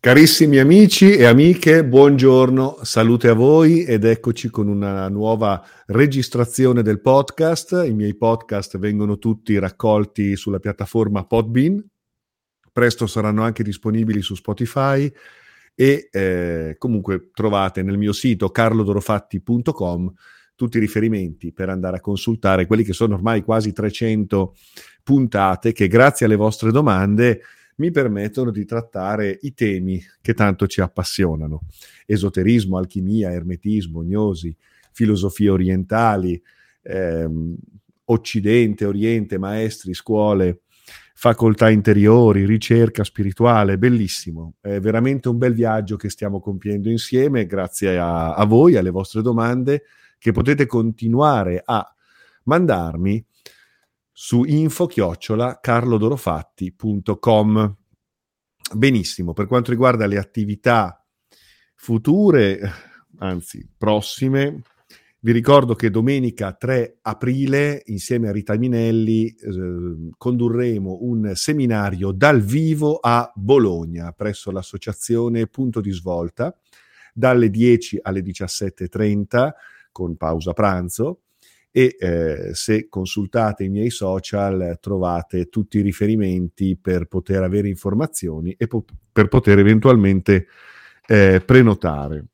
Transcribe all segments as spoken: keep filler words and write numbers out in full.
Carissimi amici e amiche, buongiorno, salute a voi ed eccoci con una nuova registrazione del podcast. I miei podcast vengono tutti raccolti sulla piattaforma Podbean, presto saranno anche disponibili su Spotify e eh, comunque trovate nel mio sito carlo dorofatti punto com tutti i riferimenti per andare a consultare quelli che sono ormai quasi trecento puntate che grazie alle vostre domande mi permettono di trattare i temi che tanto ci appassionano. Esoterismo, alchimia, ermetismo, gnosi, filosofie orientali, ehm, Occidente, Oriente, maestri, scuole, facoltà interiori, ricerca spirituale, bellissimo. È veramente un bel viaggio che stiamo compiendo insieme, grazie a, a voi, alle vostre domande, che potete continuare a mandarmi su info chiocciola carlo dorofatti punto com. Benissimo, per quanto riguarda le attività future, anzi prossime, vi ricordo che domenica tre aprile, insieme a Rita Minelli, eh, condurremo un seminario dal vivo a Bologna, presso l'associazione Punto di Svolta, dalle dieci alle diciassette e trenta, con pausa pranzo. E eh, se consultate i miei social trovate tutti i riferimenti per poter avere informazioni e po- per poter eventualmente eh, prenotare.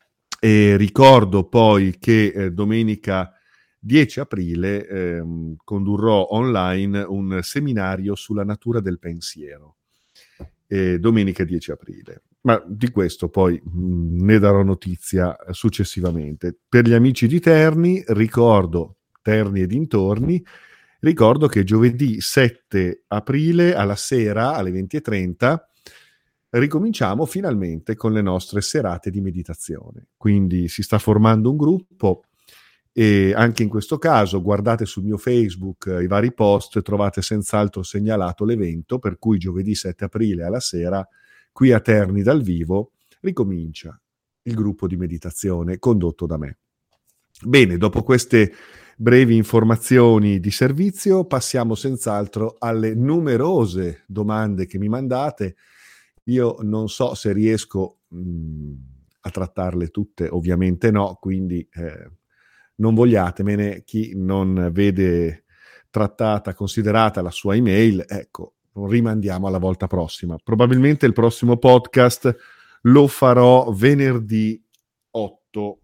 E ricordo poi che eh, domenica dieci aprile eh, condurrò online un seminario sulla natura del pensiero. Eh, domenica dieci aprile. Ma di questo poi mh, ne darò notizia successivamente. Per gli amici di Terni, ricordo, Terni e dintorni, ricordo che giovedì sette aprile alla sera, alle venti e trenta, ricominciamo finalmente con le nostre serate di meditazione. Quindi si sta formando un gruppo e anche in questo caso guardate sul mio Facebook eh, i vari post, trovate senz'altro segnalato l'evento, per cui giovedì sette aprile alla sera qui a Terni dal vivo ricomincia il gruppo di meditazione condotto da me. Bene, dopo queste brevi informazioni di servizio passiamo senz'altro alle numerose domande che mi mandate. Io non so se riesco mh, a trattarle tutte, ovviamente no, quindi eh, non vogliatemene. Chi non vede trattata, considerata la sua email, ecco, rimandiamo alla volta prossima. Probabilmente il prossimo podcast lo farò venerdì otto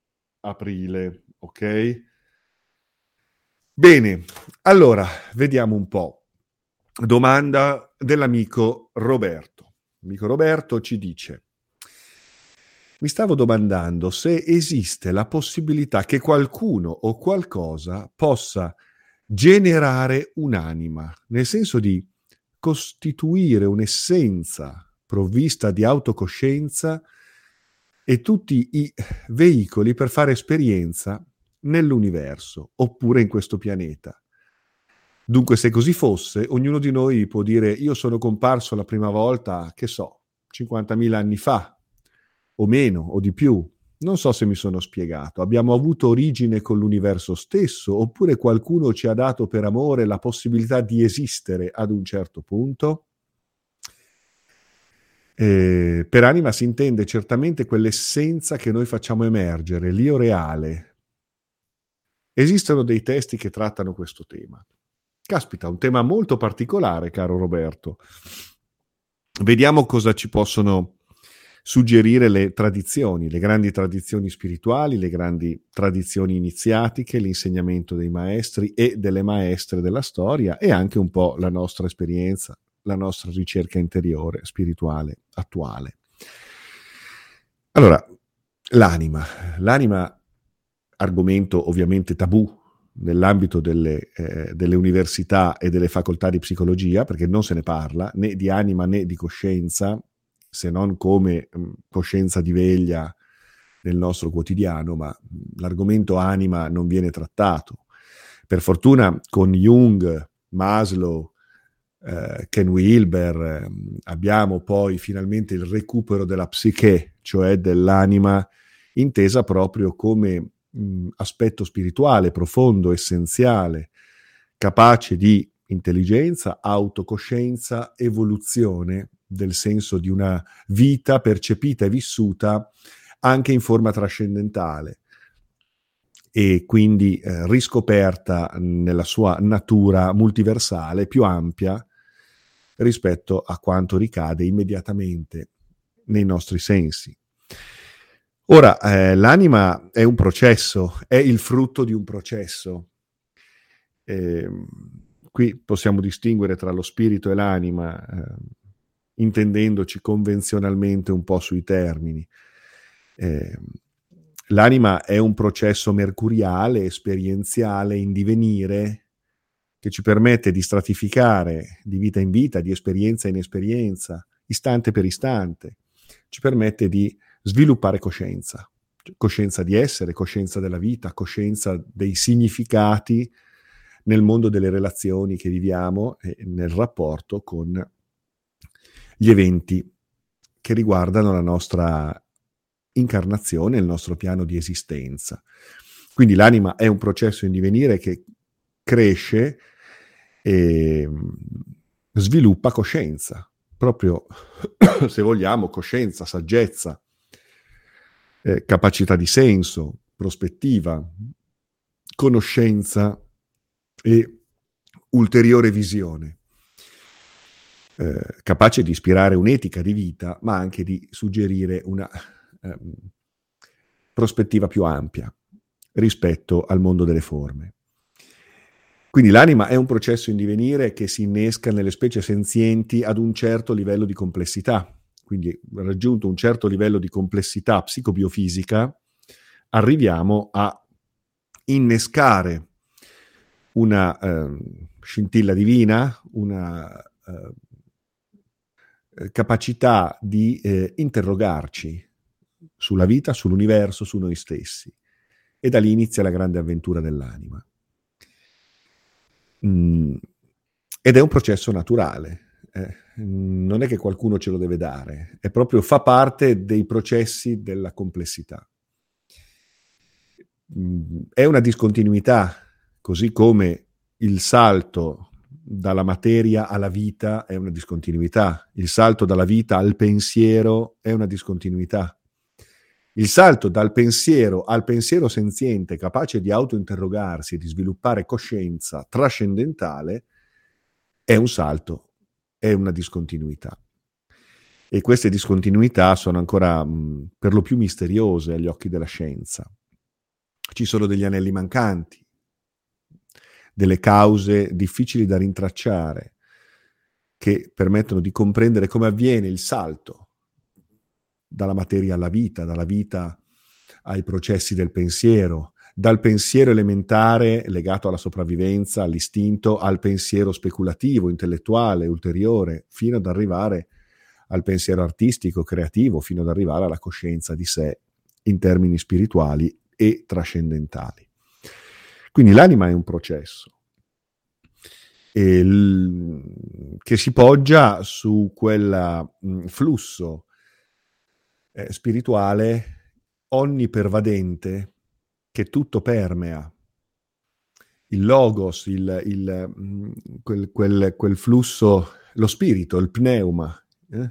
aprile, ok? Bene, allora vediamo un po'. Domanda dell'amico Roberto. L'amico Roberto ci dice: mi stavo domandando se esiste la possibilità che qualcuno o qualcosa possa generare un'anima, nel senso di costituire un'essenza provvista di autocoscienza e tutti i veicoli per fare esperienza nell'universo oppure in questo pianeta. Dunque, se così fosse, ognuno di noi può dire: io sono comparso la prima volta, che so, cinquantamila anni fa, o meno, o di più. Non so se mi sono spiegato. Abbiamo avuto origine con l'universo stesso, oppure qualcuno ci ha dato per amore la possibilità di esistere ad un certo punto? Eh, per anima si intende certamente quell'essenza che noi facciamo emergere, l'io reale. Esistono dei testi che trattano questo tema. Caspita, un tema molto particolare, caro Roberto. Vediamo cosa ci possono suggerire le tradizioni, le grandi tradizioni spirituali, le grandi tradizioni iniziatiche, l'insegnamento dei maestri e delle maestre della storia e anche un po' la nostra esperienza, la nostra ricerca interiore, spirituale, attuale. Allora, l'anima. L'anima, argomento ovviamente tabù nell'ambito delle, eh, delle università e delle facoltà di psicologia, perché non se ne parla né di anima né di coscienza, se non come mh, coscienza di veglia nel nostro quotidiano, ma mh, l'argomento anima non viene trattato. Per fortuna con Jung, Maslow, eh, Ken Wilber eh, abbiamo poi finalmente il recupero della psiche, cioè dell'anima intesa proprio come mh, aspetto spirituale, profondo, essenziale, capace di intelligenza, autocoscienza, evoluzione del senso di una vita percepita e vissuta anche in forma trascendentale e quindi eh, riscoperta nella sua natura multiversale più ampia rispetto a quanto ricade immediatamente nei nostri sensi. Ora, eh, l'anima è un processo, è il frutto di un processo. Eh, qui possiamo distinguere tra lo spirito e l'anima, eh, intendendoci convenzionalmente un po' sui termini. Eh, l'anima è un processo mercuriale, esperienziale, in divenire, che ci permette di stratificare di vita in vita, di esperienza in esperienza, istante per istante. Ci permette di sviluppare coscienza, coscienza di essere, coscienza della vita, coscienza dei significati nel mondo delle relazioni che viviamo e nel rapporto con gli eventi che riguardano la nostra incarnazione, il nostro piano di esistenza. Quindi l'anima è un processo in divenire che cresce e sviluppa coscienza, proprio se vogliamo coscienza, saggezza, eh, capacità di senso, prospettiva, conoscenza e ulteriore visione, eh, capace di ispirare un'etica di vita, ma anche di suggerire una eh, prospettiva più ampia rispetto al mondo delle forme. Quindi l'anima è un processo in divenire che si innesca nelle specie senzienti ad un certo livello di complessità. Quindi, raggiunto un certo livello di complessità psicobiofisica, arriviamo a innescare una eh, scintilla divina, una eh, capacità di eh, interrogarci sulla vita, sull'universo, su noi stessi. E da lì inizia la grande avventura dell'anima. Mm. Ed è un processo naturale. Eh, non è che qualcuno ce lo deve dare, è proprio fa parte dei processi della complessità. Mm. È una discontinuità, così come il salto dalla materia alla vita è una discontinuità, il salto dalla vita al pensiero è una discontinuità. Il salto dal pensiero al pensiero senziente, capace di autointerrogarsi e di sviluppare coscienza trascendentale, è un salto, è una discontinuità. E queste discontinuità sono ancora mh, per lo più misteriose agli occhi della scienza. Ci sono degli anelli mancanti, delle cause difficili da rintracciare, che permettono di comprendere come avviene il salto dalla materia alla vita, dalla vita ai processi del pensiero, dal pensiero elementare legato alla sopravvivenza, all'istinto, al pensiero speculativo, intellettuale, ulteriore, fino ad arrivare al pensiero artistico, creativo, fino ad arrivare alla coscienza di sé in termini spirituali e trascendentali. Quindi l'anima è un processo e l- che si poggia su quel mh, flusso eh, spirituale onnipervadente che tutto permea. Il logos, il, il, mh, quel, quel, quel flusso, lo spirito, il pneuma, eh?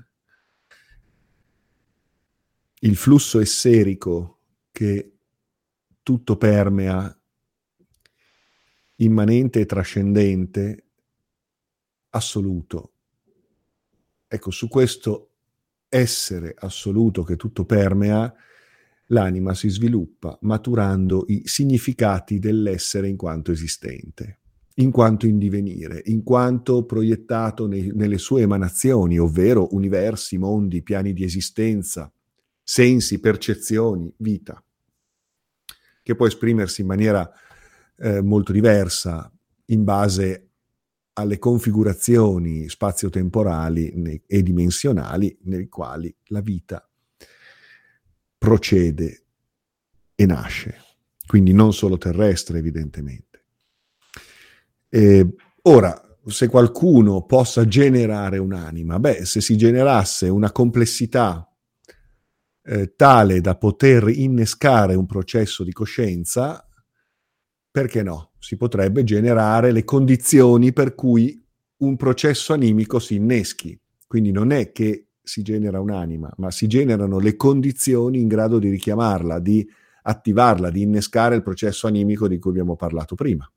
Il flusso esserico che tutto permea, immanente e trascendente, assoluto. Ecco, su questo essere assoluto che tutto permea, l'anima si sviluppa maturando i significati dell'essere in quanto esistente, in quanto in divenire, in quanto proiettato nei, nelle sue emanazioni, ovvero universi, mondi, piani di esistenza, sensi, percezioni, vita, che può esprimersi in maniera eh, molto diversa in base alle configurazioni spazio-temporali e dimensionali nei quali la vita procede e nasce, quindi non solo terrestre evidentemente. E ora, se qualcuno possa generare un'anima, beh, se si generasse una complessità eh, tale da poter innescare un processo di coscienza, perché no? Si potrebbe generare le condizioni per cui un processo animico si inneschi. Quindi non è che si genera un'anima, ma si generano le condizioni in grado di richiamarla, di attivarla, di innescare il processo animico di cui abbiamo parlato prima.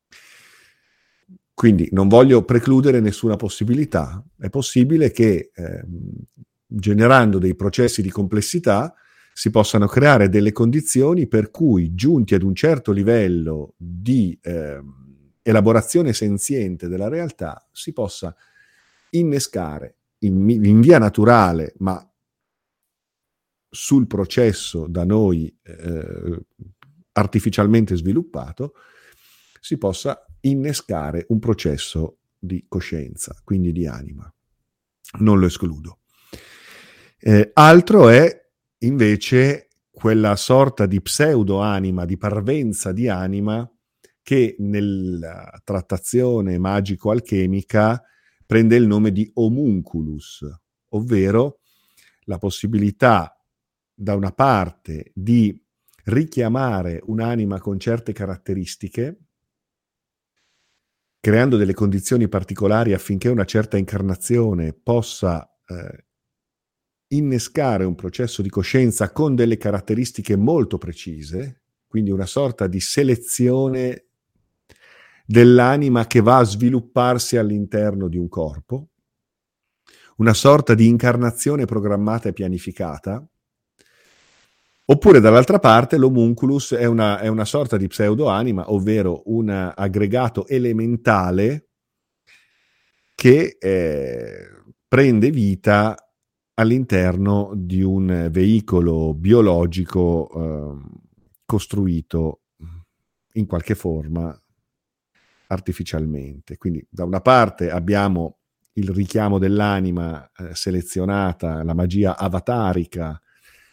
Quindi non voglio precludere nessuna possibilità. È possibile che eh, generando dei processi di complessità si possano creare delle condizioni per cui, giunti ad un certo livello di eh, elaborazione senziente della realtà, si possa innescare in, in via naturale, ma sul processo da noi eh, artificialmente sviluppato, si possa innescare un processo di coscienza, quindi di anima. Non lo escludo. Eh, altro è invece quella sorta di pseudo-anima, di parvenza di anima che nella trattazione magico-alchemica prende il nome di homunculus, ovvero la possibilità da una parte di richiamare un'anima con certe caratteristiche, creando delle condizioni particolari affinché una certa incarnazione possa eh, innescare un processo di coscienza con delle caratteristiche molto precise, quindi una sorta di selezione dell'anima che va a svilupparsi all'interno di un corpo, una sorta di incarnazione programmata e pianificata. Oppure dall'altra parte l'homunculus è una, è una sorta di pseudoanima, ovvero un aggregato elementale che eh, prende vita all'interno di un veicolo biologico eh, costruito in qualche forma artificialmente. Quindi da una parte abbiamo il richiamo dell'anima eh, selezionata, la magia avatarica,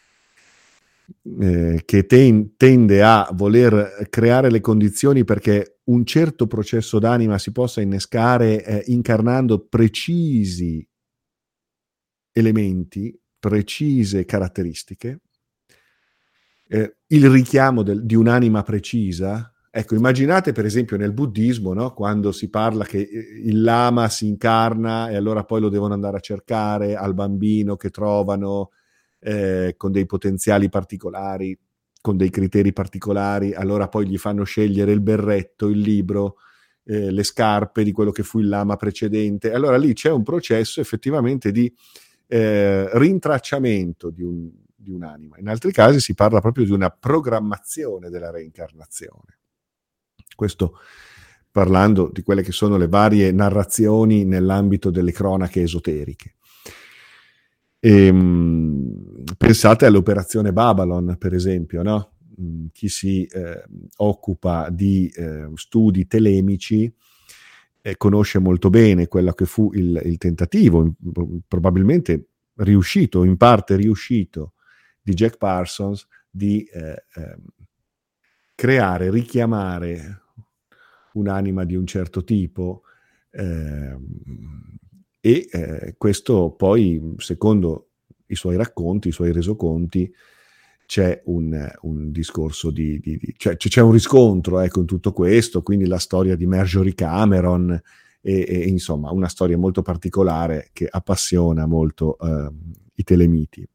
Eh, che ten- tende a voler creare le condizioni perché un certo processo d'anima si possa innescare eh, incarnando precisi elementi, precise caratteristiche, eh, il richiamo del, di un'anima precisa. Ecco, immaginate per esempio nel buddismo, no? Quando si parla che il lama si incarna e allora poi lo devono andare a cercare al bambino che trovano Eh, con dei potenziali particolari, con dei criteri particolari, allora poi gli fanno scegliere il berretto, il libro, eh, le scarpe di quello che fu il lama precedente. Allora lì c'è un processo effettivamente di eh, rintracciamento di, un, di un'anima. In altri casi si parla proprio di una programmazione della reincarnazione. Questo parlando di quelle che sono le varie narrazioni nell'ambito delle cronache esoteriche. E, mh, pensate all'operazione Babylon, per esempio, no? Mh, chi si eh, occupa di eh, studi telemici eh, conosce molto bene quello che fu il, il tentativo, probabilmente riuscito, in parte riuscito, di Jack Parsons di eh, eh, creare, richiamare un'anima di un certo tipo, eh, e eh, questo poi, secondo i suoi racconti, i suoi resoconti, c'è un, un discorso di, di, di cioè c'è un riscontro ecco, in tutto questo, quindi la storia di Marjorie Cameron e, e insomma una storia molto particolare che appassiona molto eh, i telemiti.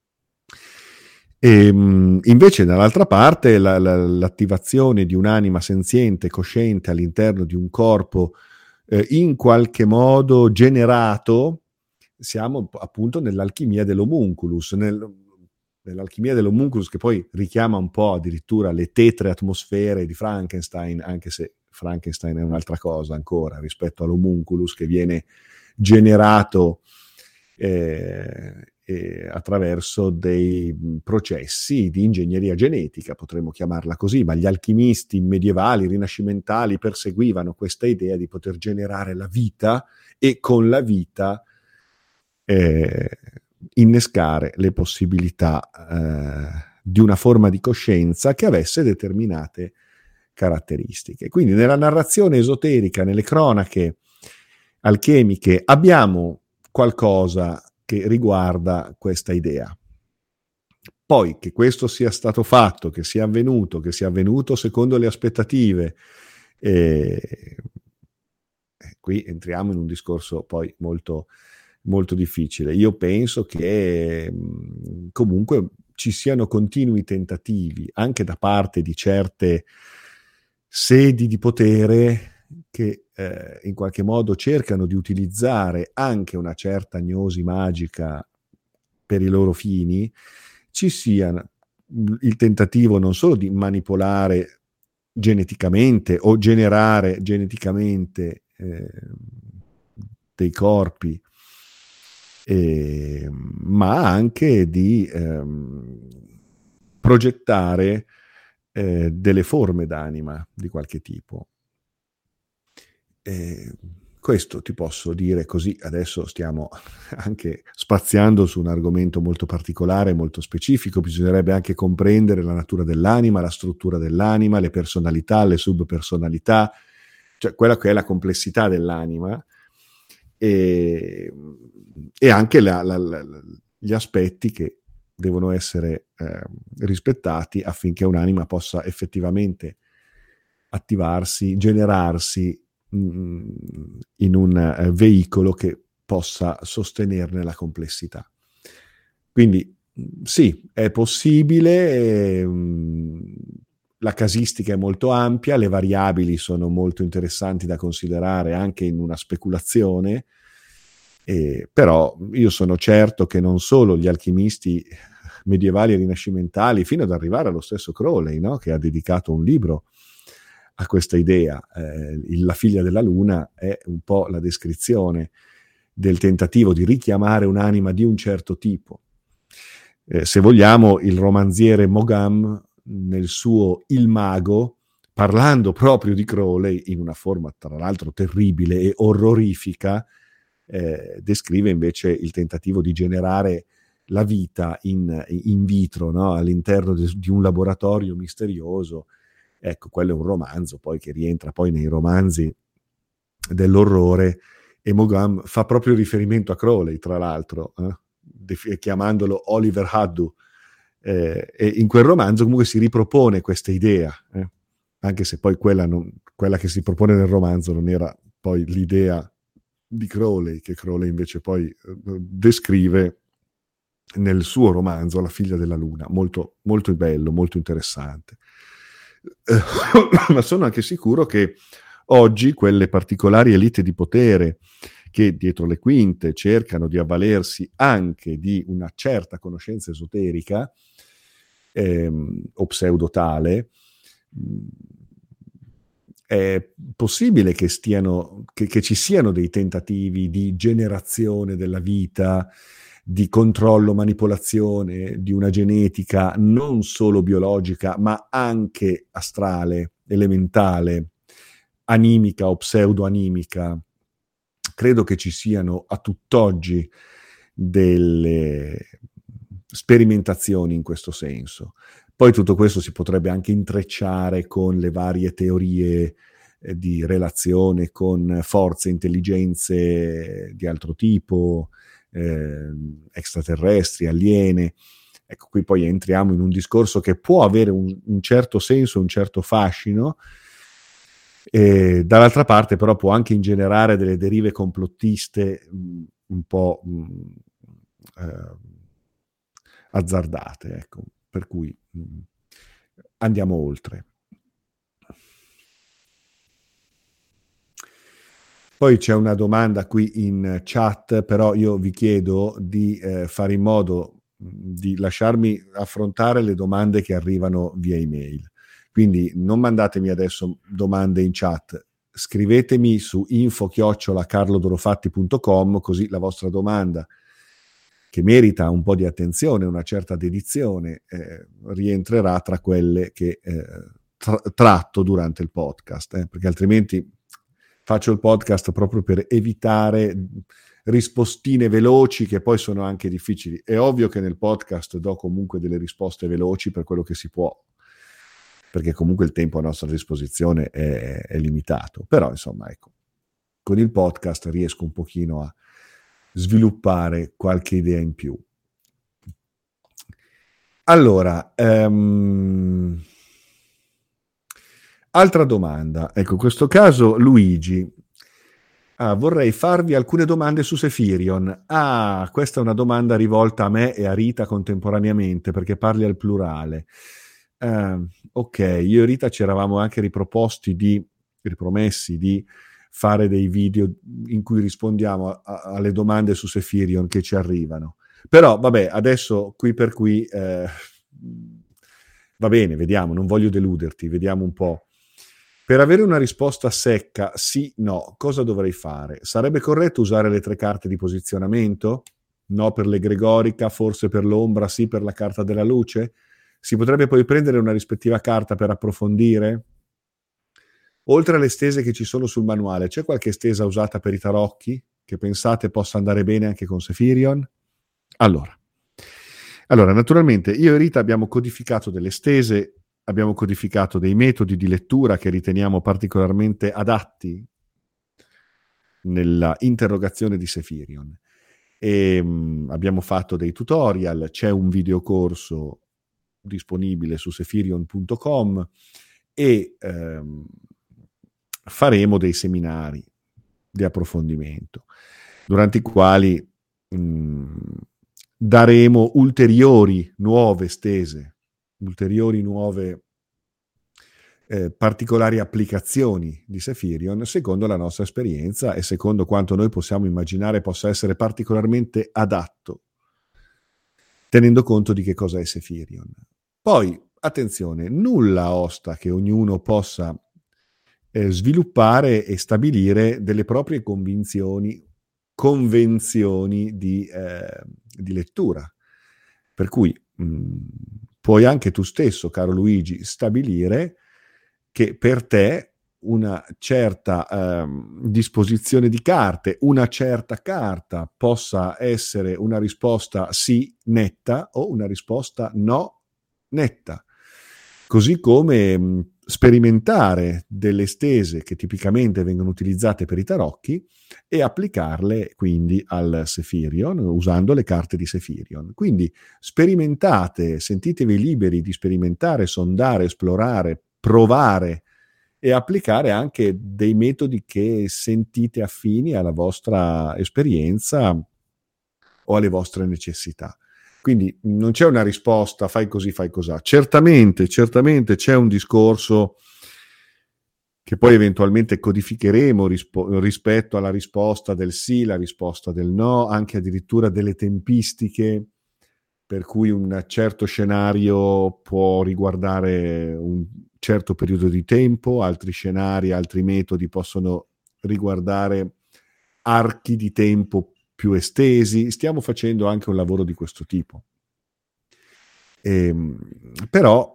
E, invece dall'altra parte la, la, l'attivazione di un'anima senziente, cosciente all'interno di un corpo eh, in qualche modo generato, siamo appunto nell'alchimia dell'homunculus, nel, nell'alchimia dell'homunculus che poi richiama un po' addirittura le tetre atmosfere di Frankenstein, anche se Frankenstein è un'altra cosa ancora rispetto all'homunculus che viene generato eh, eh, attraverso dei processi di ingegneria genetica, potremmo chiamarla così, ma gli alchimisti medievali, rinascimentali perseguivano questa idea di poter generare la vita e con la vita eh, innescare le possibilità eh, di una forma di coscienza che avesse determinate caratteristiche. Quindi nella narrazione esoterica, nelle cronache alchemiche, abbiamo qualcosa che riguarda questa idea. Poi che questo sia stato fatto, che sia avvenuto, che sia avvenuto secondo le aspettative, eh, qui entriamo in un discorso poi molto molto difficile. Io penso che mh, comunque ci siano continui tentativi anche da parte di certe sedi di potere che eh, in qualche modo cercano di utilizzare anche una certa gnosi magica per i loro fini, ci sia il tentativo non solo di manipolare geneticamente o generare geneticamente eh, dei corpi, eh, ma anche di ehm, progettare eh, delle forme d'anima di qualche tipo. Eh, questo ti posso dire così. Adesso stiamo anche spaziando su un argomento molto particolare, molto specifico. Bisognerebbe anche comprendere la natura dell'anima, la struttura dell'anima, le personalità, le subpersonalità, cioè quella che è la complessità dell'anima e, e anche la, la, la, gli aspetti che devono essere eh, rispettati affinché un'anima possa effettivamente attivarsi, generarsi in un uh, veicolo che possa sostenerne la complessità. Quindi sì, è possibile, ehm, la casistica è molto ampia, le variabili sono molto interessanti da considerare anche in una speculazione, eh, però io sono certo che non solo gli alchimisti medievali e rinascimentali, fino ad arrivare allo stesso Crowley, no? Che ha dedicato un libro a questa idea. Eh, La figlia della luna è un po' la descrizione del tentativo di richiamare un'anima di un certo tipo. Eh, se vogliamo, il romanziere Maugham, nel suo Il Mago, parlando proprio di Crowley, in una forma tra l'altro terribile e orrorifica, eh, descrive invece il tentativo di generare la vita in, in vitro, no? All'interno de, di un laboratorio misterioso. Ecco, quello è un romanzo poi che rientra poi nei romanzi dell'orrore, e Maugham fa proprio riferimento a Crowley, tra l'altro, eh? Def- chiamandolo Oliver Haddo, eh, e in quel romanzo comunque si ripropone questa idea, eh? Anche se poi quella, non, quella che si propone nel romanzo non era poi l'idea di Crowley, che Crowley invece poi eh, descrive nel suo romanzo La figlia della luna, molto, molto bello, molto interessante. Ma sono anche sicuro che oggi quelle particolari elite di potere che dietro le quinte cercano di avvalersi anche di una certa conoscenza esoterica ehm, o pseudotale, è possibile che, stiano, che, che ci siano dei tentativi di generazione della vita, di controllo, manipolazione di una genetica non solo biologica, ma anche astrale, elementale, animica o pseudo-animica. Credo che ci siano a tutt'oggi delle sperimentazioni in questo senso. Poi tutto questo si potrebbe anche intrecciare con le varie teorie eh, di relazione con forze, intelligenze di altro tipo, eh, extraterrestri, aliene. Ecco, qui poi entriamo in un discorso che può avere un, un certo senso, un certo fascino, e dall'altra parte però può anche ingenerare delle derive complottiste mh, un po' mh, eh, azzardate, ecco, per cui mh, andiamo oltre. Poi c'è una domanda qui in chat, però io vi chiedo di eh, fare in modo di lasciarmi affrontare le domande che arrivano via email. Quindi non mandatemi adesso domande in chat, scrivetemi su info chiocciola carlodorofatti punto com, così la vostra domanda, che merita un po' di attenzione, una certa dedizione, eh, rientrerà tra quelle che eh, tra- tratto durante il podcast, eh, perché altrimenti faccio il podcast proprio per evitare rispostine veloci che poi sono anche difficili. È ovvio che nel podcast do comunque delle risposte veloci per quello che si può, perché comunque il tempo a nostra disposizione è, è limitato. Però insomma, ecco, con il podcast riesco un pochino a sviluppare qualche idea in più. Allora, um, altra domanda. Ecco, in questo caso Luigi Ah, vorrei farvi alcune domande su Sephirion. Ah, questa è una domanda rivolta a me e a Rita contemporaneamente, perché parli al plurale. Uh, ok, io e Rita ci eravamo anche riproposti di, ripromessi di fare dei video in cui rispondiamo a, a, alle domande su Sephirion che ci arrivano. Però, vabbè, adesso qui per qui eh, va bene, vediamo, non voglio deluderti, vediamo un po'. Per avere una risposta secca, sì, no, cosa dovrei fare? Sarebbe corretto usare le tre carte di posizionamento? No per l'egregorica, forse per l'ombra, sì per la carta della luce? Si potrebbe poi prendere una rispettiva carta per approfondire? Oltre alle stese che ci sono sul manuale, c'è qualche stesa usata per i tarocchi che pensate possa andare bene anche con Sephirion? Allora, allora, naturalmente io e Rita abbiamo codificato delle stese, abbiamo codificato dei metodi di lettura che riteniamo particolarmente adatti nella interrogazione di Sephirion. E, mh, abbiamo fatto dei tutorial, c'è un videocorso disponibile su sephirion punto com e ehm, faremo dei seminari di approfondimento durante i quali mh, daremo ulteriori nuove stese, ulteriori nuove eh, particolari applicazioni di Sephirion secondo la nostra esperienza e secondo quanto noi possiamo immaginare possa essere particolarmente adatto, tenendo conto di che cosa è Sephirion. Poi, attenzione, nulla osta che ognuno possa eh, sviluppare e stabilire delle proprie convinzioni, convenzioni di, eh, di lettura. Per cui mh, puoi anche tu stesso, caro Luigi, stabilire che per te una certa ehm, disposizione di carte, una certa carta possa essere una risposta sì netta o una risposta no netta. Così come mh, sperimentare delle stese che tipicamente vengono utilizzate per i tarocchi e applicarle quindi al Sephirion usando le carte di Sephirion. Quindi sperimentate, sentitevi liberi di sperimentare, sondare, esplorare, provare e applicare anche dei metodi che sentite affini alla vostra esperienza o alle vostre necessità. Quindi non c'è una risposta, fai così, fai cosà. Certamente, certamente c'è un discorso che poi eventualmente codificheremo rispo- rispetto alla risposta del sì, la risposta del no, anche addirittura delle tempistiche, per cui un certo scenario può riguardare un certo periodo di tempo, altri scenari, altri metodi possono riguardare archi di tempo più estesi. Stiamo facendo anche un lavoro di questo tipo. E, però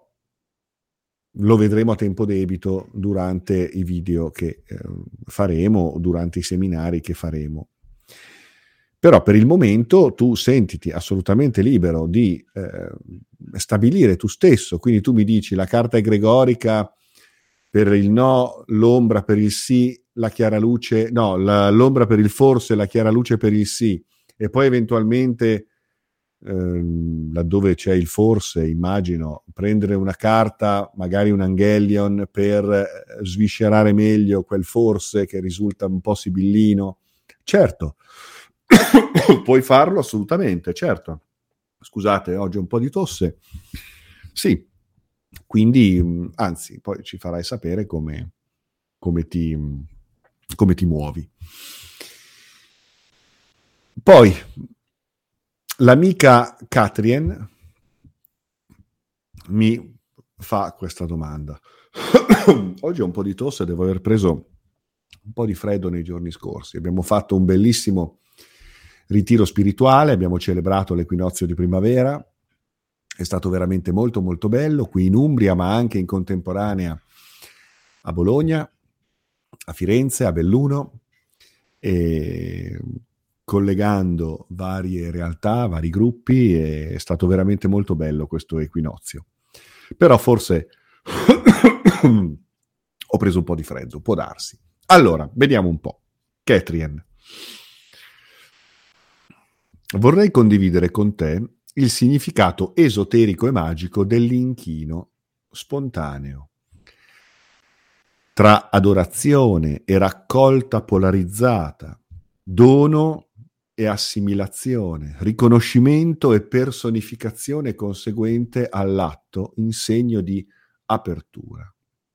lo vedremo a tempo debito durante i video che eh, faremo, durante i seminari che faremo. Però per il momento tu sentiti assolutamente libero di eh, stabilire tu stesso, quindi tu mi dici la carta egregorica per il no, l'ombra per il sì, la chiara luce, no, la, l'ombra per il forse, la chiara luce per il sì, e poi eventualmente ehm, laddove c'è il forse, immagino, prendere una carta, magari un Angelion, per eh, sviscerare meglio quel forse che risulta un po' sibillino. Certo, puoi farlo assolutamente, certo. Scusate, oggi ho un po' di tosse. Sì, quindi, anzi, poi ci farai sapere come, come, ti, come ti muovi. Poi, l'amica Catrien mi fa questa domanda. Oggi ho un po' di tosse, devo aver preso un po' di freddo nei giorni scorsi. Abbiamo fatto un bellissimo ritiro spirituale, abbiamo celebrato l'equinozio di primavera, è stato veramente molto molto bello qui in Umbria, ma anche in contemporanea a Bologna, a Firenze, a Belluno, e collegando varie realtà, vari gruppi, è stato veramente molto bello questo equinozio. Però forse ho preso un po' di freddo, può darsi. Allora, vediamo un po'. Catrien, vorrei condividere con te il significato esoterico e magico dell'inchino spontaneo. tra adorazione e raccolta polarizzata, dono e assimilazione, riconoscimento e personificazione conseguente all'atto in segno di apertura.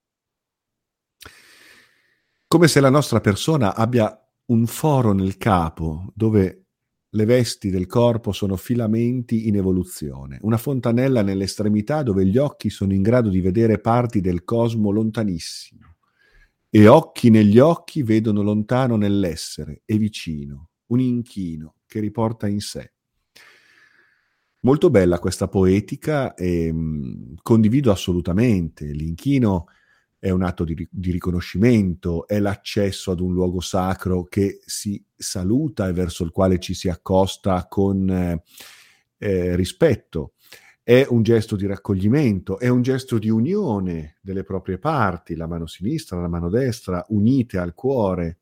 Come se la nostra persona abbia un foro nel capo dove le vesti del corpo sono filamenti in evoluzione, una fontanella nell'estremità dove gli occhi sono in grado di vedere parti del cosmo lontanissimo e occhi negli occhi vedono lontano nell'essere e vicino, un inchino che riporta in sé. Molto bella questa poetica e mh, condivido assolutamente. L'inchino è un atto di, di riconoscimento, è l'accesso ad un luogo sacro che si saluta e verso il quale ci si accosta con eh, eh, rispetto. È un gesto di raccoglimento, è un gesto di unione delle proprie parti, la mano sinistra, la mano destra, unite al cuore.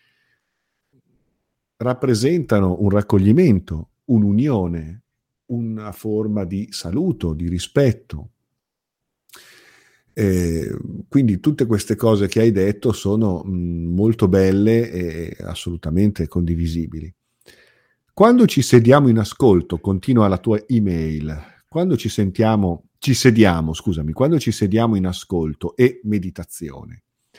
Rappresentano un raccoglimento, un'unione, una forma di saluto, di rispetto. Eh, quindi tutte queste cose che hai detto sono mh, molto belle e assolutamente condivisibili. Quando ci sediamo in ascolto, continua la tua email, quando ci sentiamo, ci sediamo, scusami, quando ci sediamo in ascolto e meditazione,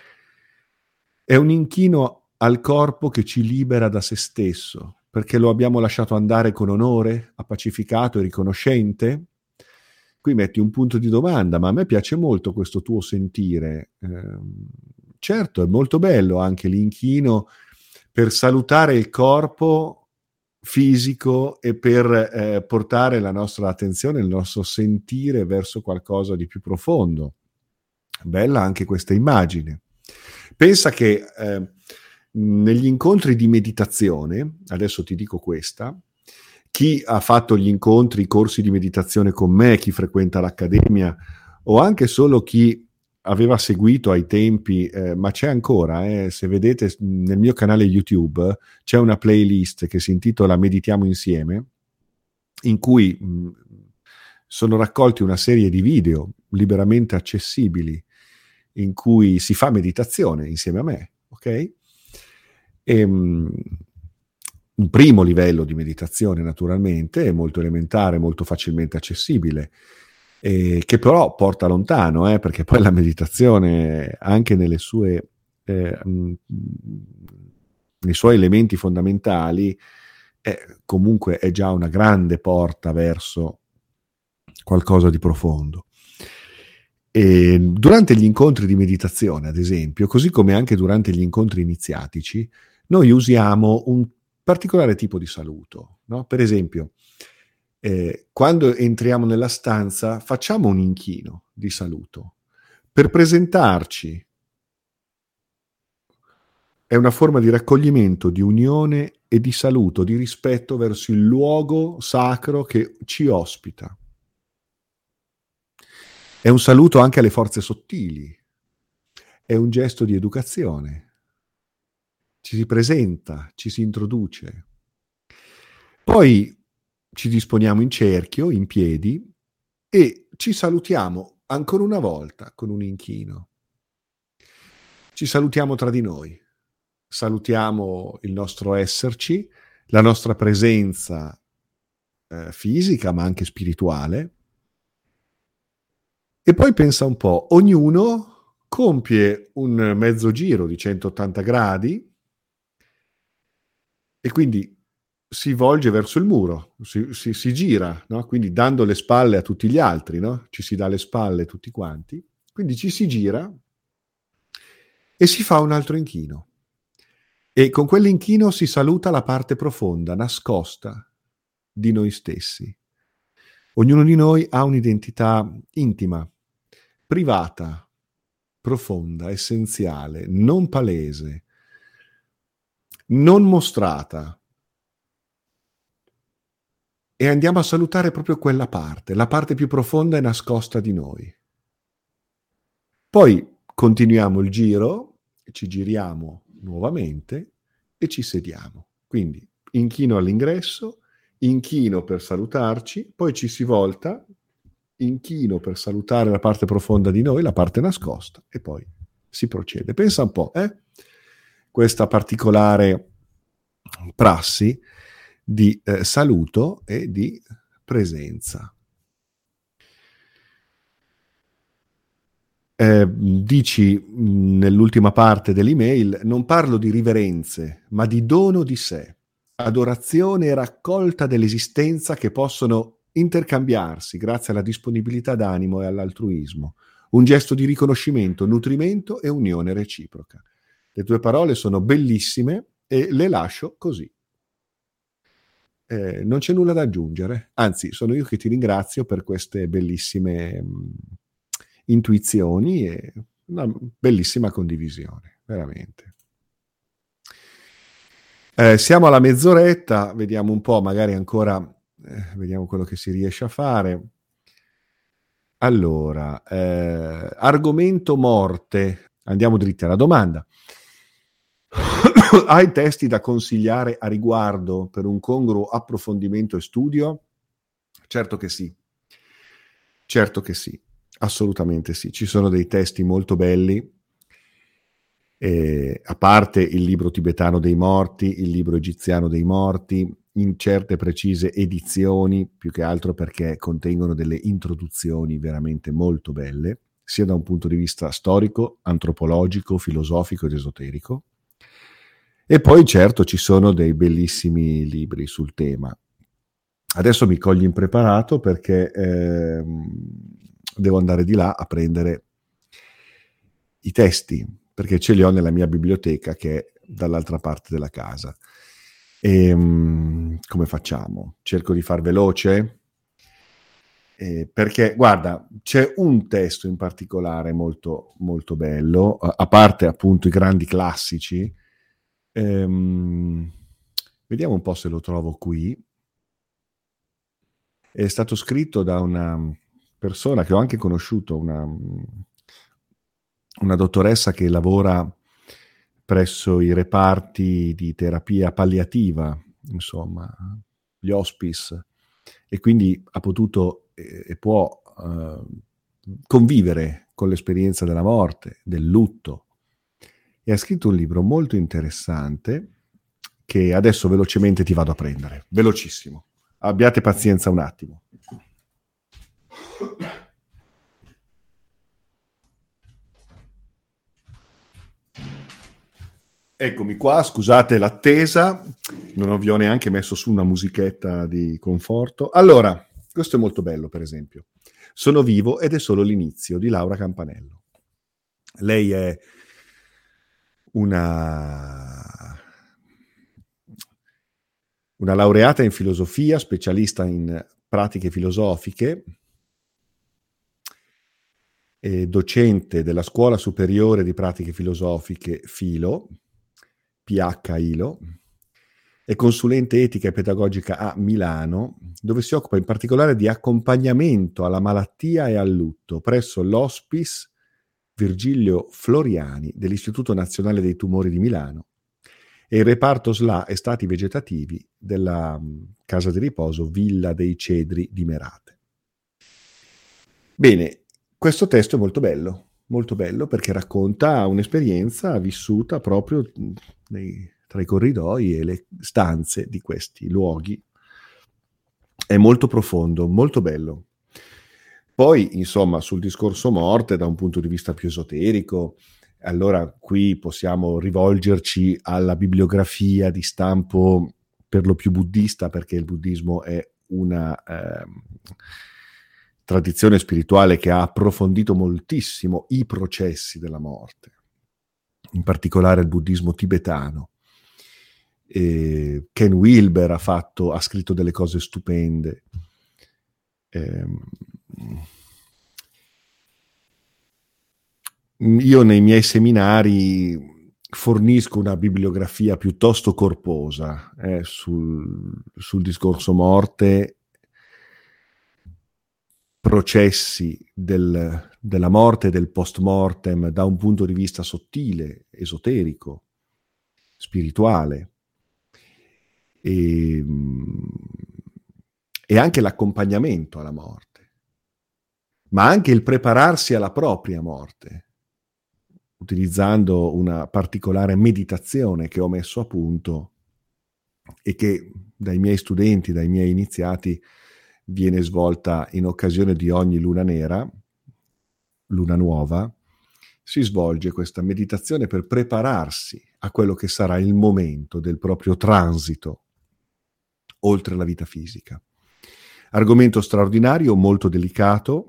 è un inchino al corpo che ci libera da se stesso, perché lo abbiamo lasciato andare con onore, appacificato e riconoscente? Qui metti un punto di domanda, ma a me piace molto questo tuo sentire. Eh, certo, è molto bello anche l'inchino per salutare il corpo fisico e per eh, portare la nostra attenzione, il nostro sentire verso qualcosa di più profondo. Bella anche questa immagine. Pensa che eh, negli incontri di meditazione, adesso ti dico questa, chi ha fatto gli incontri, i corsi di meditazione con me, chi frequenta l'accademia o anche solo chi aveva seguito ai tempi, eh, ma c'è ancora, eh, se vedete nel mio canale YouTube c'è una playlist che si intitola Meditiamo insieme, in cui mh, sono raccolti una serie di video liberamente accessibili in cui si fa meditazione insieme a me, ok? E, mh, un primo livello di meditazione naturalmente è molto elementare, molto facilmente accessibile, eh, che però porta lontano, eh, perché poi la meditazione anche nelle sue, eh, mh, nei suoi elementi fondamentali eh, comunque è già una grande porta verso qualcosa di profondo. E durante gli incontri di meditazione, ad esempio, così come anche durante gli incontri iniziatici, noi usiamo un particolare tipo di saluto, no? Per esempio, eh, quando entriamo nella stanza facciamo un inchino di saluto per presentarci. È una forma di raccoglimento, di unione e di saluto, di rispetto verso il luogo sacro che ci ospita. È un saluto anche alle forze sottili, è un gesto di educazione. Ci si presenta, ci si introduce. Poi ci disponiamo in cerchio, in piedi, e ci salutiamo ancora una volta con un inchino. Ci salutiamo tra di noi, salutiamo il nostro esserci, la nostra presenza eh, fisica ma anche spirituale. E poi pensa un po', ognuno compie un mezzo giro di centottanta gradi e quindi si volge verso il muro, si, si, si gira, no? Quindi dando le spalle a tutti gli altri, no? Ci si dà le spalle tutti quanti, quindi ci si gira e si fa un altro inchino. E con quell'inchino si saluta la parte profonda, nascosta di noi stessi. Ognuno di noi ha un'identità intima, privata, profonda, essenziale, non palese, non mostrata. E andiamo a salutare proprio quella parte, la parte più profonda e nascosta di noi. Poi continuiamo il giro, ci giriamo nuovamente e ci sediamo. Quindi inchino all'ingresso, inchino per salutarci, poi ci si volta, inchino per salutare la parte profonda di noi, la parte nascosta, e poi si procede. Pensa un po', eh? Questa particolare prassi di eh, saluto e di presenza. Eh, dici mh, nell'ultima parte dell'email, non parlo di riverenze, ma di dono di sé, adorazione e raccolta dell'esistenza che possono intercambiarsi grazie alla disponibilità d'animo e all'altruismo, un gesto di riconoscimento, nutrimento e unione reciproca. Le tue parole sono bellissime e le lascio così. Eh, non c'è nulla da aggiungere, anzi sono io che ti ringrazio per queste bellissime mh, intuizioni e una bellissima condivisione, veramente. Eh, siamo alla mezz'oretta, vediamo un po', magari ancora, eh, vediamo quello che si riesce a fare. Allora, eh, argomento morte, andiamo dritti alla domanda. Hai testi da consigliare a riguardo per un congruo approfondimento e studio? Certo che sì, certo che sì, assolutamente sì. Ci sono dei testi molto belli, eh, a parte il libro tibetano dei morti, il libro egiziano dei morti, in certe precise edizioni, più che altro perché contengono delle introduzioni veramente molto belle, sia da un punto di vista storico, antropologico, filosofico ed esoterico. E poi certo ci sono dei bellissimi libri sul tema. Adesso mi cogli impreparato perché eh, devo andare di là a prendere i testi, perché ce li ho nella mia biblioteca che è dall'altra parte della casa. E, um, come facciamo? Cerco di far veloce? Eh, perché, guarda, c'è un testo in particolare molto, molto bello, a, a parte appunto i grandi classici. Ehm, vediamo un po' se lo trovo qui. È stato scritto da una persona che ho anche conosciuto, una, una dottoressa che lavora presso i reparti di terapia palliativa, insomma, gli hospice, e quindi ha potuto e eh, può eh, convivere con l'esperienza della morte, del lutto, e ha scritto un libro molto interessante che adesso velocemente ti vado a prendere, velocissimo. Abbiate pazienza un attimo. Eccomi qua, scusate l'attesa, non vi ho neanche messo su una musichetta di conforto. Allora, questo è molto bello, per esempio. Sono vivo ed è solo l'inizio, di Laura Campanello. Lei è una, una laureata in filosofia, specialista in pratiche filosofiche, e docente della Scuola Superiore di Pratiche Filosofiche Filo, P H Ilo, è consulente etica e pedagogica a Milano, dove si occupa in particolare di accompagnamento alla malattia e al lutto presso l'Hospice Virgilio Floriani dell'Istituto Nazionale dei Tumori di Milano e il reparto S L A e stati vegetativi della casa di riposo Villa dei Cedri di Merate. Bene, questo testo è molto bello, molto bello perché racconta un'esperienza vissuta proprio nei, tra i corridoi e le stanze di questi luoghi. È molto profondo, molto bello. Poi, insomma, sul discorso morte, da un punto di vista più esoterico, allora qui possiamo rivolgerci alla bibliografia di stampo per lo più buddista, perché il buddismo è una eh, tradizione spirituale che ha approfondito moltissimo i processi della morte, in particolare il buddismo tibetano. E Ken Wilber ha, fatto, ha scritto delle cose stupende. Ehm, io nei miei seminari fornisco una bibliografia piuttosto corposa eh, sul, sul discorso morte, processi del, della morte e del post-mortem da un punto di vista sottile, esoterico, spirituale, e, e anche l'accompagnamento alla morte, ma anche il prepararsi alla propria morte. utilizzando una particolare meditazione che ho messo a punto e che dai miei studenti, dai miei iniziati, viene svolta in occasione di ogni luna nera, luna nuova. Si svolge questa meditazione per prepararsi a quello che sarà il momento del proprio transito oltre la vita fisica. Argomento straordinario, molto delicato,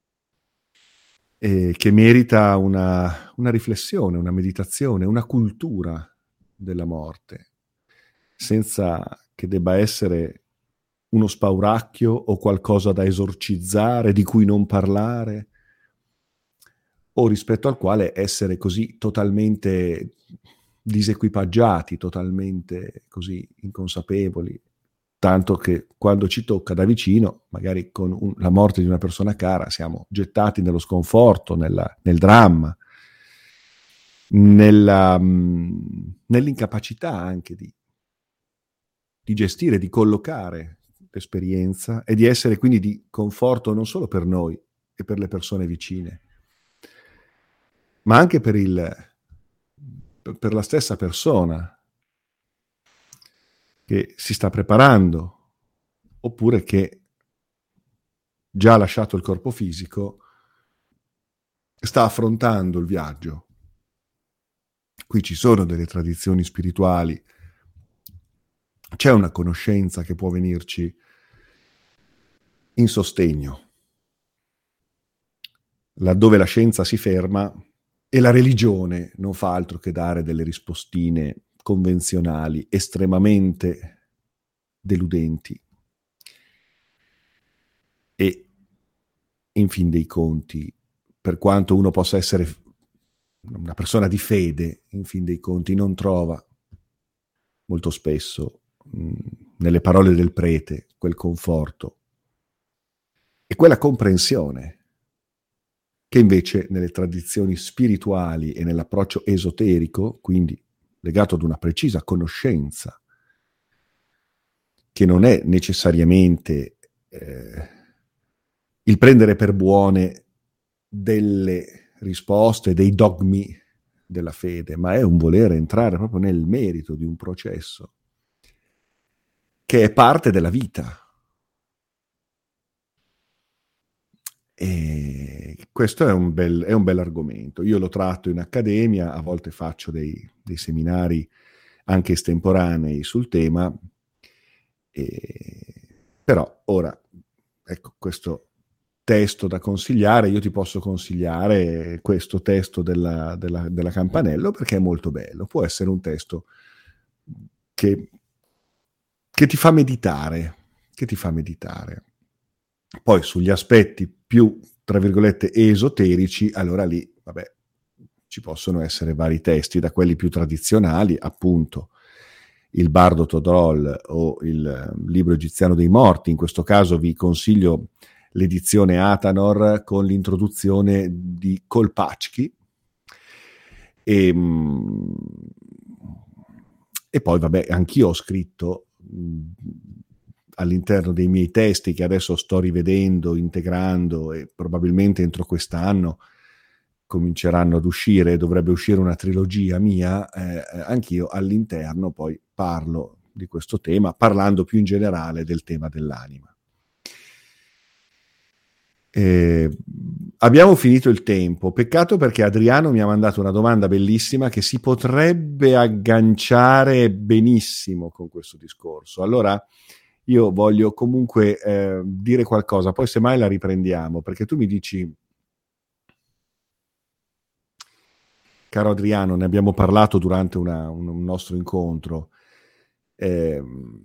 eh, che merita una, una riflessione, una meditazione, una cultura della morte, senza che debba essere uno spauracchio o qualcosa da esorcizzare, di cui non parlare, o rispetto al quale essere così totalmente disequipaggiati, totalmente così inconsapevoli, tanto che quando ci tocca da vicino, magari con un, la morte di una persona cara, siamo gettati nello sconforto, nella, nel dramma, nella, mh, nell'incapacità anche di, di gestire, di collocare l'esperienza e di essere quindi di conforto non solo per noi e per le persone vicine, ma anche per, il, per la stessa persona che si sta preparando, oppure che già ha lasciato il corpo fisico, sta affrontando il viaggio. Qui ci sono delle tradizioni spirituali, c'è una conoscenza che può venirci in sostegno, laddove la scienza si ferma e la religione non fa altro che dare delle rispostine convenzionali estremamente deludenti. E in fin dei conti, per quanto uno possa essere una persona di fede, in fin dei conti non trova molto spesso mh, nelle parole del prete quel conforto e quella comprensione che invece nelle tradizioni spirituali e nell'approccio esoterico, quindi legato ad una precisa conoscenza, che non è necessariamente eh, il prendere per buone delle risposte, dei dogmi della fede, ma è un voler entrare proprio nel merito di un processo che è parte della vita. E questo è un bel, è un bel argomento. Io lo tratto in accademia, a volte faccio dei, dei seminari anche estemporanei sul tema, e, però ora, ecco, questo testo da consigliare, io ti posso consigliare questo testo della, della, della Campanello perché è molto bello, può essere un testo che, che ti fa meditare, che ti fa meditare. Poi sugli aspetti più, tra virgolette, esoterici, allora lì, vabbè, ci possono essere vari testi, da quelli più tradizionali, appunto, il Bardo Todrol o il Libro Egiziano dei Morti. In questo caso vi consiglio l'edizione Atanor con l'introduzione di Kolpaczki. E, e poi, vabbè, anch'io ho scritto all'interno dei miei testi che adesso sto rivedendo, integrando e probabilmente entro quest'anno cominceranno ad uscire, dovrebbe uscire una trilogia mia, eh, anch'io all'interno poi parlo di questo tema, parlando più in generale del tema dell'anima. Eh, abbiamo finito il tempo, peccato perché Adriano mi ha mandato una domanda bellissima che si potrebbe agganciare benissimo con questo discorso. Allora io voglio comunque eh, dire qualcosa, poi semmai la riprendiamo, perché tu mi dici, caro Adriano, ne abbiamo parlato durante una, un, un nostro incontro, eh,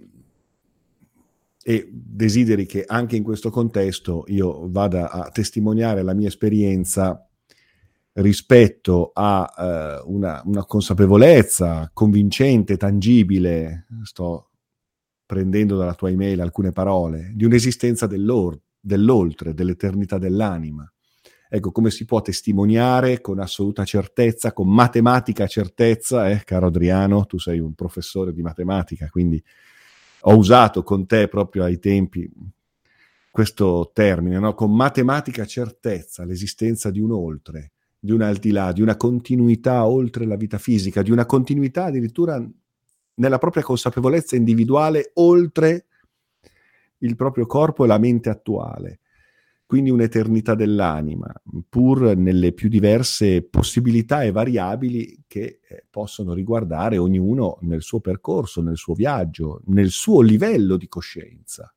e desideri che anche in questo contesto io vada a testimoniare la mia esperienza rispetto a eh, una, una consapevolezza convincente, tangibile, sto prendendo dalla tua email alcune parole, di un'esistenza dell'oltre, dell'eternità dell'anima. Ecco, come si può testimoniare con assoluta certezza, con matematica certezza, eh, caro Adriano, tu sei un professore di matematica, quindi ho usato con te proprio ai tempi questo termine, no? Con matematica certezza l'esistenza di un oltre, di un al di là, di una continuità oltre la vita fisica, di una continuità addirittura nella propria consapevolezza individuale oltre il proprio corpo e la mente attuale. Quindi un'eternità dell'anima, pur nelle più diverse possibilità e variabili che eh, possono riguardare ognuno nel suo percorso, nel suo viaggio, nel suo livello di coscienza.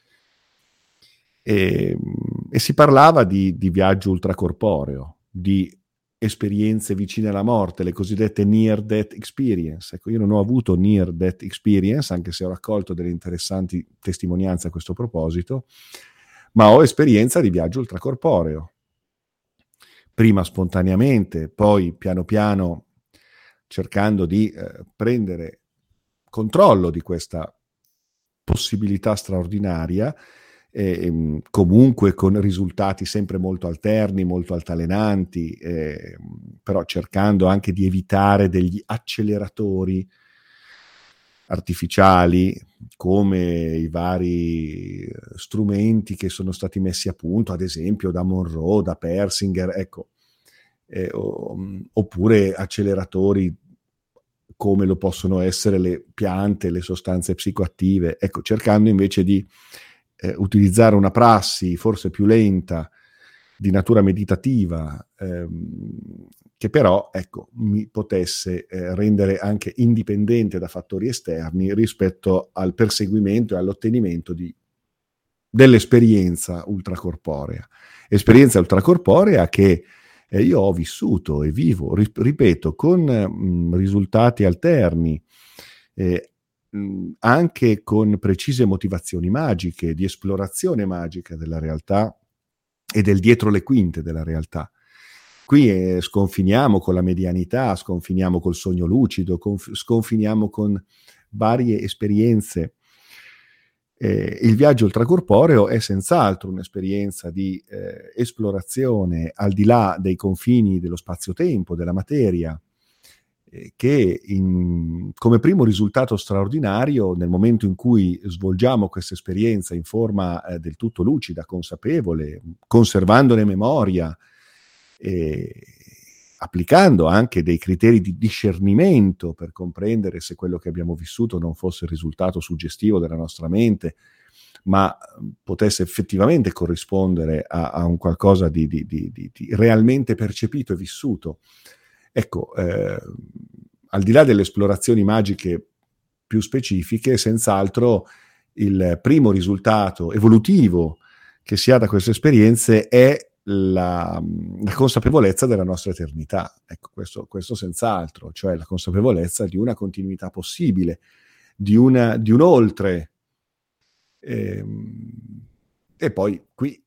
E, e si parlava di, di viaggio ultracorporeo, di esperienze vicine alla morte, le cosiddette near death experience. Ecco, io non ho avuto near death experience, anche se ho raccolto delle interessanti testimonianze a questo proposito, ma ho esperienza di viaggio ultracorporeo. Prima spontaneamente, poi piano piano cercando di eh, prendere controllo di questa possibilità straordinaria, eh, comunque con risultati sempre molto alterni, molto altalenanti, eh, però cercando anche di evitare degli acceleratori artificiali come i vari strumenti che sono stati messi a punto, ad esempio da Monroe, da Persinger, ecco, eh, o, oppure acceleratori come lo possono essere le piante, le sostanze psicoattive, ecco, cercando invece di eh, utilizzare una prassi forse più lenta, di natura meditativa, ehm, che però, ecco, mi potesse eh, rendere anche indipendente da fattori esterni rispetto al perseguimento e all'ottenimento di, dell'esperienza ultracorporea. Esperienza ultracorporea che eh, io ho vissuto e vivo, ri- ripeto, con mh, risultati alterni, eh, mh, anche con precise motivazioni magiche, di esplorazione magica della realtà e del dietro le quinte della realtà. Qui eh, sconfiniamo con la medianità, sconfiniamo col sogno lucido, conf- sconfiniamo con varie esperienze. Eh, il viaggio ultracorporeo è senz'altro un'esperienza di eh, esplorazione al di là dei confini dello spazio-tempo, della materia, eh, che in, come primo risultato straordinario, nel momento in cui svolgiamo questa esperienza in forma eh, del tutto lucida, consapevole, conservandone memoria, e applicando anche dei criteri di discernimento per comprendere se quello che abbiamo vissuto non fosse il risultato suggestivo della nostra mente, ma potesse effettivamente corrispondere a, a un qualcosa di, di, di, di, di realmente percepito e vissuto. Ecco, eh, al di là delle esplorazioni magiche più specifiche, senz'altro il primo risultato evolutivo che si ha da queste esperienze è La, la consapevolezza della nostra eternità, ecco, questo, questo senz'altro, cioè la consapevolezza di una continuità possibile, di, una, di un oltre. E, e poi qui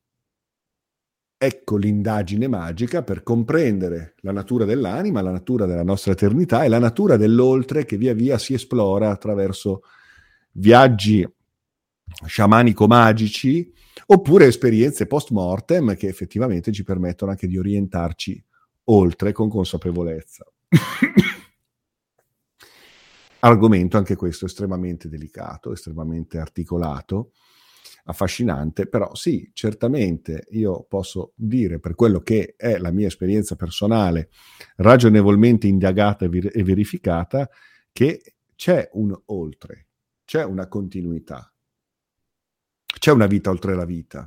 ecco l'indagine magica per comprendere la natura dell'anima, la natura della nostra eternità e la natura dell'oltre che via via si esplora attraverso viaggi sciamanico-magici oppure esperienze post-mortem che effettivamente ci permettono anche di orientarci oltre con consapevolezza. Argomento anche questo estremamente delicato, estremamente articolato, affascinante, però sì, certamente io posso dire, per quello che è la mia esperienza personale, ragionevolmente indagata e, ver- e verificata, che c'è un oltre, c'è una continuità. C'è una vita oltre la vita.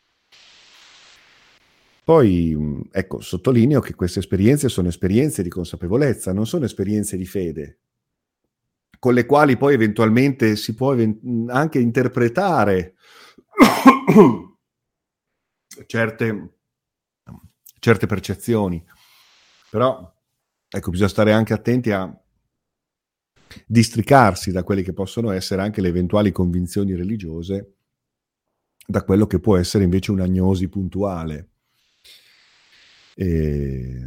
Poi, ecco, sottolineo che queste esperienze sono esperienze di consapevolezza, non sono esperienze di fede, con le quali poi eventualmente si può anche interpretare certe, certe percezioni. Però, ecco, bisogna stare anche attenti a districarsi da quelle che possono essere anche le eventuali convinzioni religiose, da quello che può essere invece un'agnosi puntuale. E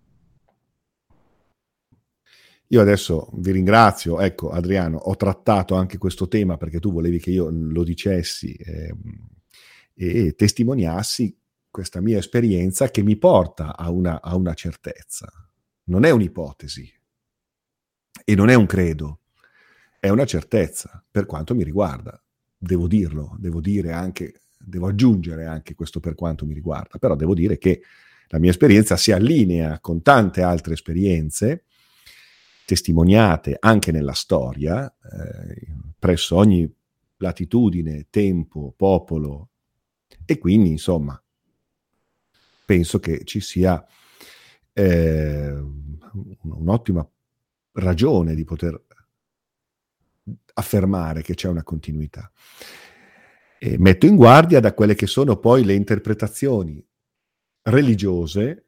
io adesso vi ringrazio, ecco Adriano, ho trattato anche questo tema perché tu volevi che io lo dicessi eh, e testimoniassi questa mia esperienza che mi porta a una, a una certezza. Non è un'ipotesi e non è un credo, è una certezza per quanto mi riguarda. Devo dirlo, devo dire anche, devo aggiungere anche questo per quanto mi riguarda, però devo dire che la mia esperienza si allinea con tante altre esperienze testimoniate anche nella storia, eh, presso ogni latitudine, tempo, popolo, e quindi insomma penso che ci sia eh, un'ottima ragione di poter affermare che c'è una continuità. E metto in guardia da quelle che sono poi le interpretazioni religiose,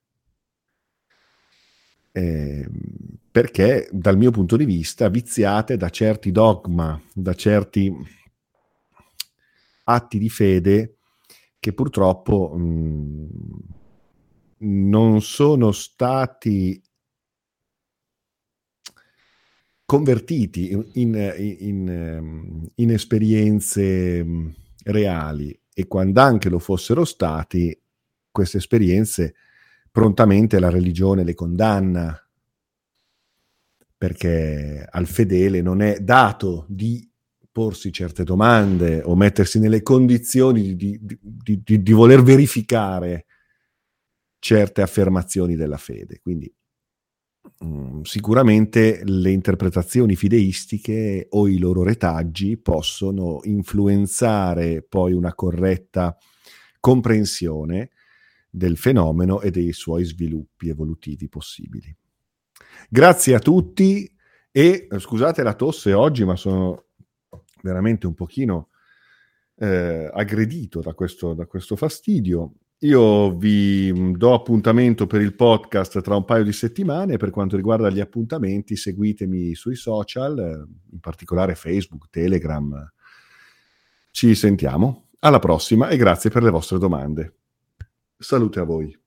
eh, perché dal mio punto di vista viziate da certi dogma, da certi atti di fede che purtroppo mh, non sono stati convertiti in, in, in, in esperienze reali, e quando anche lo fossero stati, queste esperienze prontamente la religione le condanna, perché al fedele non è dato di porsi certe domande o mettersi nelle condizioni di, di, di, di, di voler verificare certe affermazioni della fede. Quindi mh, sicuramente le interpretazioni fideistiche o i loro retaggi possono influenzare poi una corretta comprensione del fenomeno e dei suoi sviluppi evolutivi possibili. Grazie a tutti e scusate la tosse oggi, ma sono veramente un pochino eh, aggredito da questo, da questo fastidio. Io vi do appuntamento per il podcast tra un paio di settimane. Per quanto riguarda gli appuntamenti, seguitemi sui social, in particolare Facebook, Telegram. Ci sentiamo. Alla prossima e grazie per le vostre domande. Salute a voi.